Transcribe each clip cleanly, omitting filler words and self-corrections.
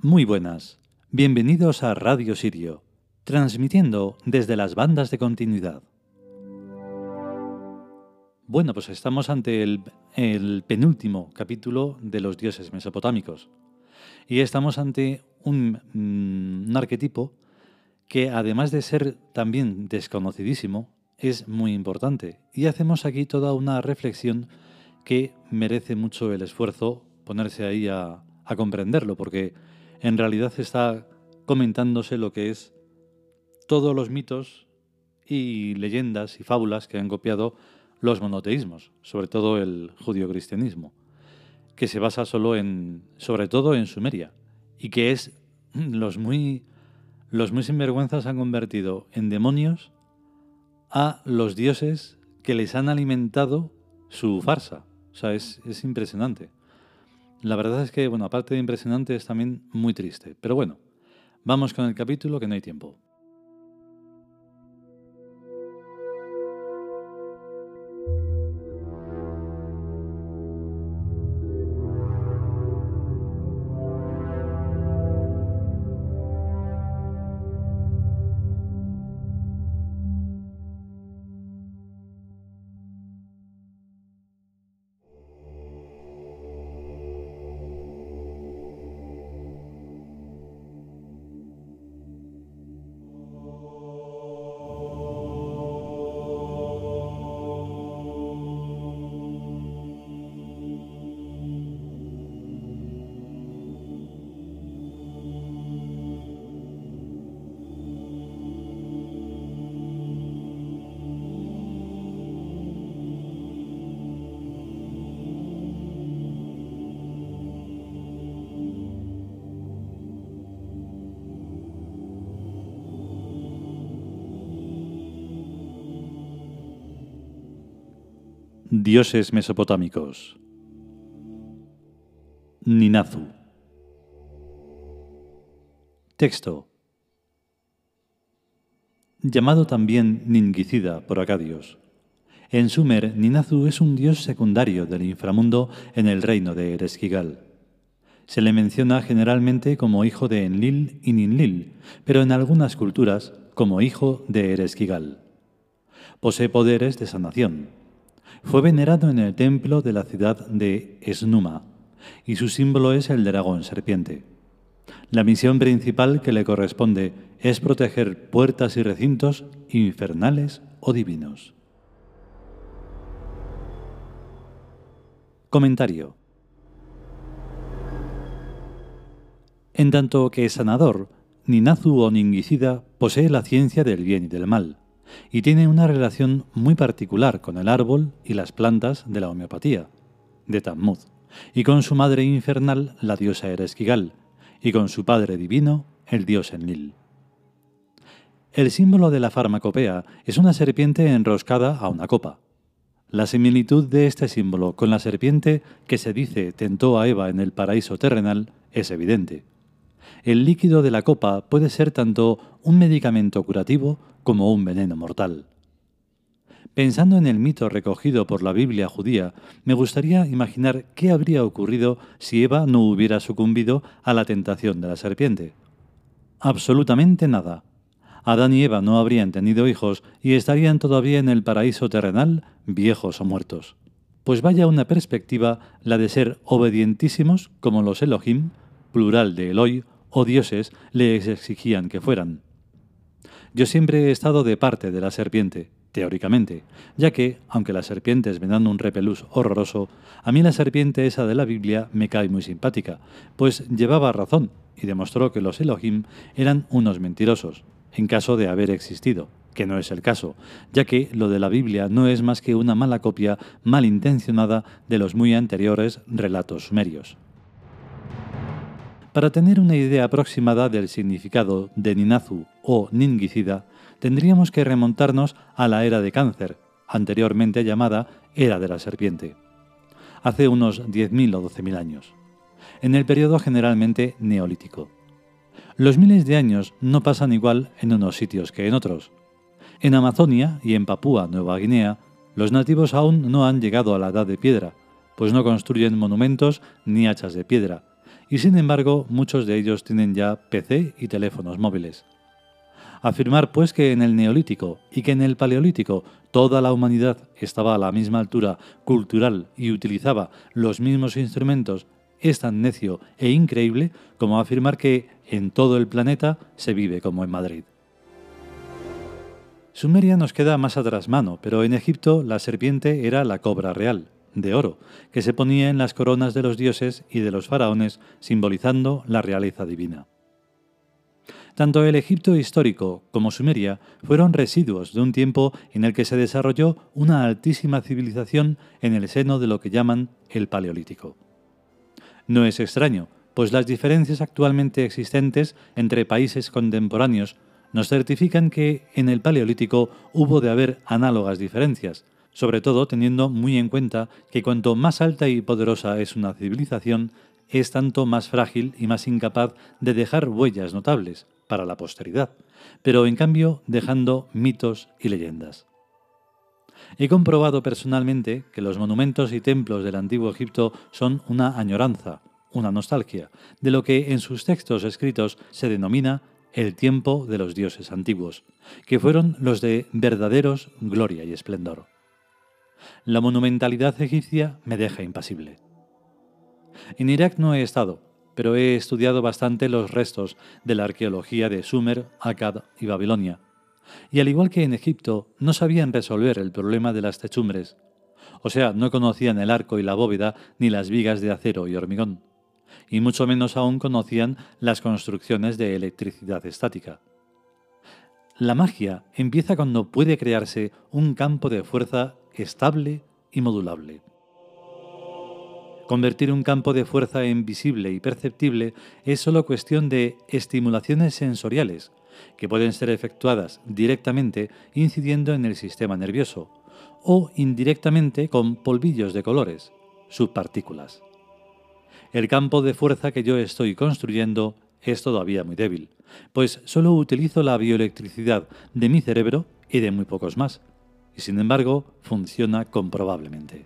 Muy buenas, bienvenidos a Radio Sirio, transmitiendo desde las bandas de continuidad. Bueno, pues estamos ante el penúltimo capítulo de los dioses mesopotámicos y estamos ante un arquetipo que, además de ser también desconocidísimo, es muy importante, y hacemos aquí toda una reflexión que merece mucho el esfuerzo ponerse ahí a comprenderlo, porque en realidad está comentándose lo que es todos los mitos y leyendas y fábulas que han copiado los monoteísmos, sobre todo el judio-cristianismo, que se basa sobre todo en Sumeria, y que es los muy sinvergüenzas han convertido en demonios a los dioses que les han alimentado su farsa. O sea, es impresionante. La verdad es que, bueno, aparte de impresionante, es también muy triste. Pero bueno, vamos con el capítulo, que no hay tiempo. Dioses mesopotámicos. Ninazú. Texto. Llamado también Ningicida por acadios. En Sumer, Ninazú es un dios secundario del inframundo en el reino de Ereshkigal. Se le menciona generalmente como hijo de Enlil y Ninlil, pero en algunas culturas como hijo de Ereshkigal. Posee poderes de sanación. Fue venerado en el templo de la ciudad de Esnuma, y su símbolo es el dragón serpiente. La misión principal que le corresponde es proteger puertas y recintos infernales o divinos. Comentario. En tanto que sanador, Ninazú o Ningicida posee la ciencia del bien y del mal, y tiene una relación muy particular con el árbol y las plantas de la homeopatía, de Tammuz, y con su madre infernal, la diosa Ereshkigal, y con su padre divino, el dios Enlil. El símbolo de la farmacopea es una serpiente enroscada a una copa. La similitud de este símbolo con la serpiente que se dice tentó a Eva en el paraíso terrenal es evidente. El líquido de la copa puede ser tanto un medicamento curativo como un veneno mortal. Pensando en el mito recogido por la Biblia judía, me gustaría imaginar qué habría ocurrido si Eva no hubiera sucumbido a la tentación de la serpiente. Absolutamente nada. Adán y Eva no habrían tenido hijos y estarían todavía en el paraíso terrenal, viejos o muertos. Pues vaya una perspectiva la de ser obedientísimos como los Elohim, plural de Eloi, o dioses les exigían que fueran. Yo siempre he estado de parte de la serpiente, teóricamente, ya que, aunque las serpientes me dan un repelús horroroso, a mí la serpiente esa de la Biblia me cae muy simpática, pues llevaba razón y demostró que los Elohim eran unos mentirosos, en caso de haber existido, que no es el caso, ya que lo de la Biblia no es más que una mala copia malintencionada de los muy anteriores relatos sumerios. Para tener una idea aproximada del significado de Ninazú o Ningicida, tendríamos que remontarnos a la era de Cáncer, anteriormente llamada Era de la Serpiente, hace unos 10.000 o 12.000 años, en el periodo generalmente neolítico. Los miles de años no pasan igual en unos sitios que en otros. En Amazonia y en Papúa Nueva Guinea, los nativos aún no han llegado a la edad de piedra, pues no construyen monumentos ni hachas de piedra, y sin embargo muchos de ellos tienen ya PC y teléfonos móviles. Afirmar pues que en el Neolítico y que en el Paleolítico toda la humanidad estaba a la misma altura cultural y utilizaba los mismos instrumentos es tan necio e increíble como afirmar que en todo el planeta se vive como en Madrid. Sumeria nos queda más atrás mano, pero en Egipto la serpiente era la cobra real, de oro, que se ponía en las coronas de los dioses y de los faraones, simbolizando la realeza divina. Tanto el Egipto histórico como Sumeria fueron residuos de un tiempo en el que se desarrolló una altísima civilización en el seno de lo que llaman el Paleolítico. No es extraño, pues las diferencias actualmente existentes entre países contemporáneos nos certifican que en el Paleolítico hubo de haber análogas diferencias, sobre todo teniendo muy en cuenta que cuanto más alta y poderosa es una civilización, es tanto más frágil y más incapaz de dejar huellas notables para la posteridad, pero en cambio dejando mitos y leyendas. He comprobado personalmente que los monumentos y templos del antiguo Egipto son una añoranza, una nostalgia, de lo que en sus textos escritos se denomina el tiempo de los dioses antiguos, que fueron los de verdaderos gloria y esplendor. La monumentalidad egipcia me deja impasible. En Irak no he estado, pero he estudiado bastante los restos de la arqueología de Sumer, Akkad y Babilonia, y al igual que en Egipto no sabían resolver el problema de las techumbres, o sea, no conocían el arco y la bóveda ni las vigas de acero y hormigón, y mucho menos aún conocían las construcciones de electricidad estática. La magia empieza cuando puede crearse un campo de fuerza estable y modulable. Convertir un campo de fuerza en visible y perceptible es solo cuestión de estimulaciones sensoriales, que pueden ser efectuadas directamente incidiendo en el sistema nervioso, o indirectamente con polvillos de colores, subpartículas. El campo de fuerza que yo estoy construyendo es todavía muy débil, pues solo utilizo la bioelectricidad de mi cerebro y de muy pocos más, y sin embargo funciona comprobablemente.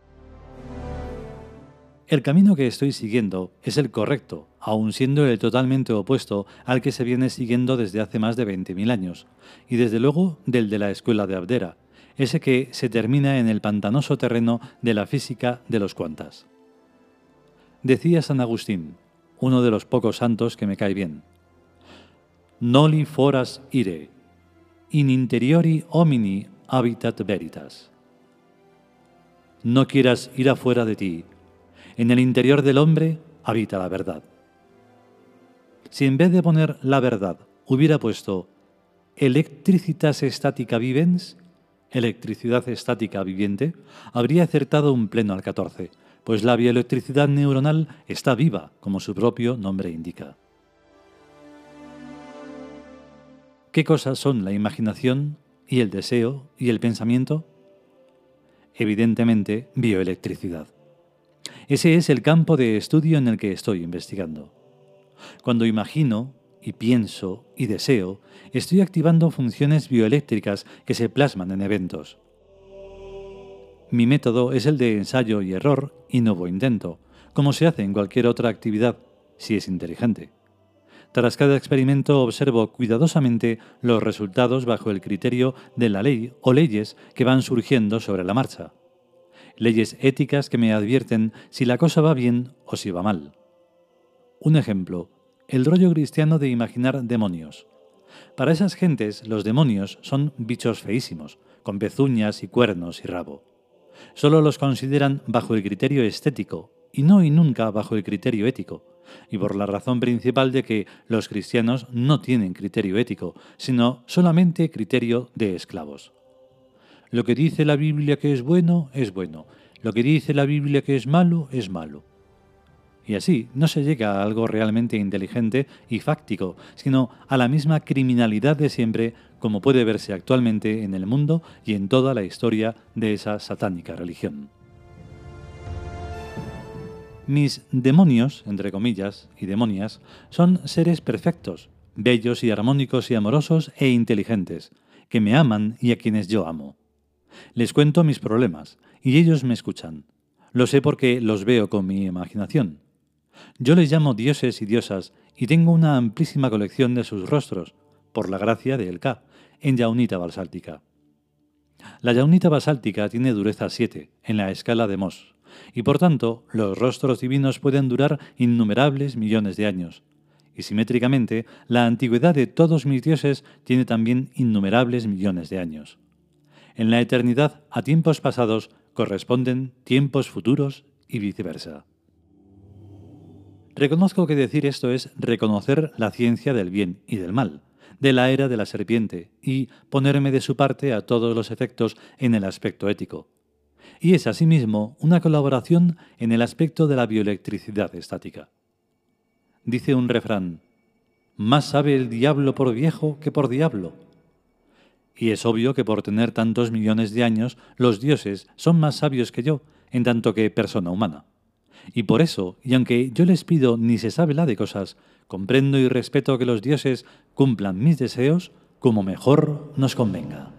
El camino que estoy siguiendo es el correcto, aun siendo el totalmente opuesto al que se viene siguiendo desde hace más de 20.000 años, y desde luego del de la escuela de Abdera, ese que se termina en el pantanoso terreno de la física de los cuantas. Decía San Agustín, uno de los pocos santos que me cae bien: Noli foras ire, in interiori homini habitat veritas. No quieras ir afuera de ti, en el interior del hombre habita la verdad. Si en vez de poner la verdad hubiera puesto electricitas statica vivens, electricidad estática viviente, habría acertado un pleno al 14, pues la bioelectricidad neuronal está viva, como su propio nombre indica. ¿Qué cosas son la imaginación y el deseo y el pensamiento? Evidentemente, bioelectricidad. Ese es el campo de estudio en el que estoy investigando. Cuando imagino, y pienso, y deseo, estoy activando funciones bioeléctricas que se plasman en eventos. Mi método es el de ensayo y error y nuevo intento, como se hace en cualquier otra actividad, si es inteligente. Tras cada experimento observo cuidadosamente los resultados bajo el criterio de la ley o leyes que van surgiendo sobre la marcha. Leyes éticas que me advierten si la cosa va bien o si va mal. Un ejemplo, el rollo cristiano de imaginar demonios. Para esas gentes, los demonios son bichos feísimos, con pezuñas y cuernos y rabo. Solo los consideran bajo el criterio estético, y no y nunca bajo el criterio ético, y por la razón principal de que los cristianos no tienen criterio ético, sino solamente criterio de esclavos. Lo que dice la Biblia que es bueno, es bueno. Lo que dice la Biblia que es malo, es malo. Y así no se llega a algo realmente inteligente y fáctico, sino a la misma criminalidad de siempre, como puede verse actualmente en el mundo y en toda la historia de esa satánica religión. Mis demonios, entre comillas, y demonias, son seres perfectos, bellos y armónicos y amorosos e inteligentes, que me aman y a quienes yo amo. Les cuento mis problemas, y ellos me escuchan. Lo sé porque los veo con mi imaginación. Yo les llamo dioses y diosas y tengo una amplísima colección de sus rostros, por la gracia de El Ka, en yaunita basáltica. La yaunita basáltica tiene dureza 7 en la escala de Mohs, y por tanto los rostros divinos pueden durar innumerables millones de años. Y simétricamente, la antigüedad de todos mis dioses tiene también innumerables millones de años. En la eternidad, a tiempos pasados corresponden tiempos futuros y viceversa. Reconozco que decir esto es reconocer la ciencia del bien y del mal, de la era de la serpiente, y ponerme de su parte a todos los efectos en el aspecto ético. Y es asimismo una colaboración en el aspecto de la bioelectricidad estática. Dice un refrán: más sabe el diablo por viejo que por diablo. Y es obvio que por tener tantos millones de años, los dioses son más sabios que yo, en tanto que persona humana. Y por eso, y aunque yo les pido ni se sabe la de cosas, comprendo y respeto que los dioses cumplan mis deseos como mejor nos convenga.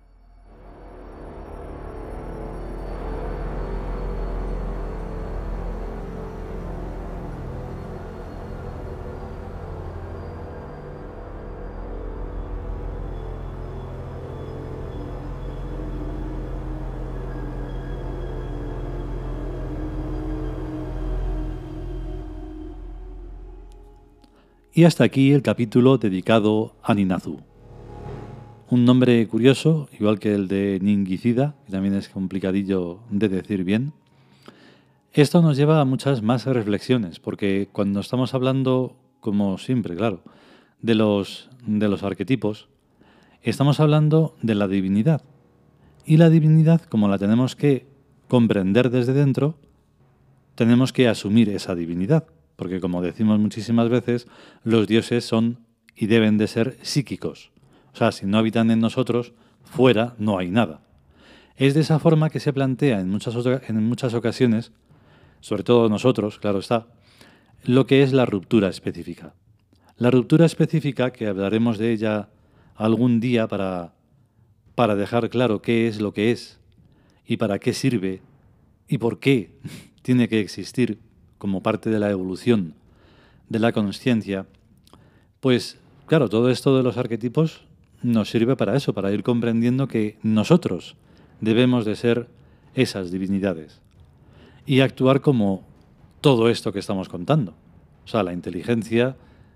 Y hasta aquí el capítulo dedicado a Ninazu. Un nombre curioso, igual que el de Ningicida, que también es complicadillo de decir bien. Esto nos lleva a muchas más reflexiones, porque cuando estamos hablando, como siempre, claro, de los arquetipos, estamos hablando de la divinidad. Y la divinidad, como la tenemos que comprender desde dentro, tenemos que asumir esa divinidad. Porque, como decimos muchísimas veces, los dioses son y deben de ser psíquicos. O sea, si no habitan en nosotros, fuera no hay nada. Es de esa forma que se plantea en muchas ocasiones, sobre todo nosotros, claro está, lo que es la ruptura específica. La ruptura específica, que hablaremos de ella algún día para dejar claro qué es lo que es y para qué sirve y por qué tiene que existir como parte de la evolución de la consciencia, pues claro, todo esto de los arquetipos nos sirve para eso, para ir comprendiendo que nosotros debemos de ser esas divinidades y actuar como todo esto que estamos contando. O sea, la inteligencia,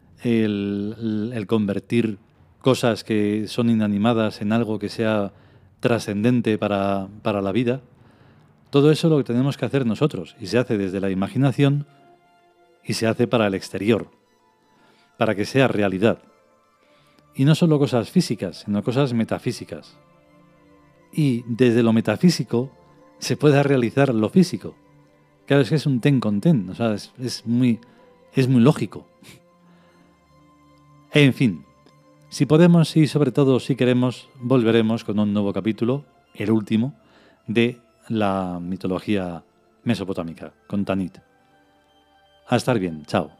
el convertir cosas que son inanimadas en algo que sea trascendente para la vida. Todo eso es lo que tenemos que hacer nosotros, y se hace desde la imaginación y se hace para el exterior, para que sea realidad. Y no solo cosas físicas, sino cosas metafísicas. Y desde lo metafísico se puede realizar lo físico. Claro, es que es un ten con ten, o sea, es muy lógico. En fin, si podemos y sobre todo si queremos, volveremos con un nuevo capítulo, el último, de la mitología mesopotámica, con Tanit. A estar bien, chao.